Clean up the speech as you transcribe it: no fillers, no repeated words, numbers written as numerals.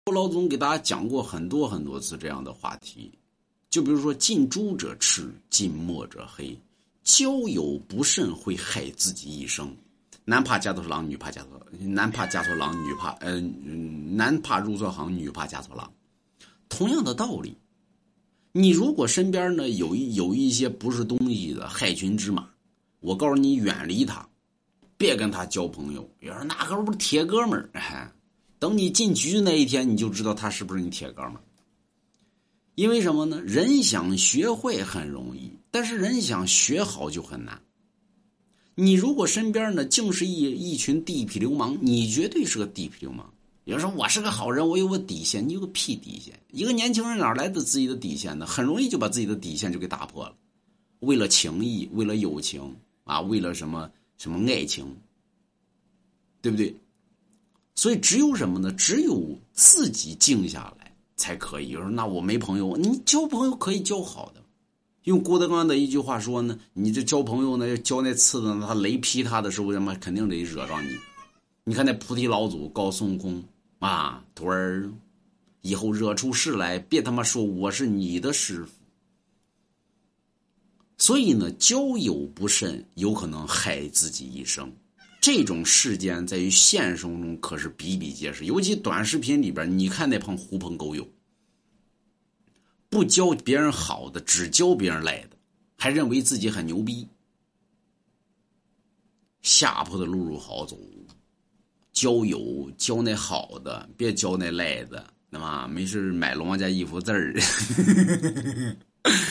老总给大家讲过很多很多次这样的话题，就比如说近朱者赤，近墨者黑，交友不慎会害自己一生。男怕嫁错郎，女怕嫁错，男怕嫁错郎，男怕入错行，女怕嫁错郎。同样的道理，你如果身边呢有一些不是东西的害群之马，我告诉你远离他，别跟他交朋友。有人那可不是铁哥们儿，等你进局那一天，你就知道他是不是你铁哥们儿。因为什么呢？人想学会很容易，但是人想学好就很难。你如果身边呢竟是一群地痞流氓，你绝对是个地痞流氓。有人说我是个好人，我有个底线，你有个屁底线？一个年轻人哪来的自己的底线呢？很容易就把自己的底线就给打破了。为了情谊，为了友情啊，为了什么爱情，对不对？所以只有什么呢？只有自己静下来才可以。有人说那我没朋友，你交朋友可以交好的。用郭德纲的一句话说呢，你这交朋友呢，交那次的，他雷劈他的时候，他妈肯定得惹着你。你看那菩提老祖告孙悟空啊，徒儿，以后惹出事来，别他妈说我是你的师傅。所以呢，交友不慎，有可能害自己一生。这种事件在于现实中可是比比皆是，尤其短视频里边，你看那帮狐朋狗友，不教别人好的，只教别人赖的，还认为自己很牛逼。下坡的路好走，交友交那好的，别交那赖的，那么没事买龙王家一幅字儿。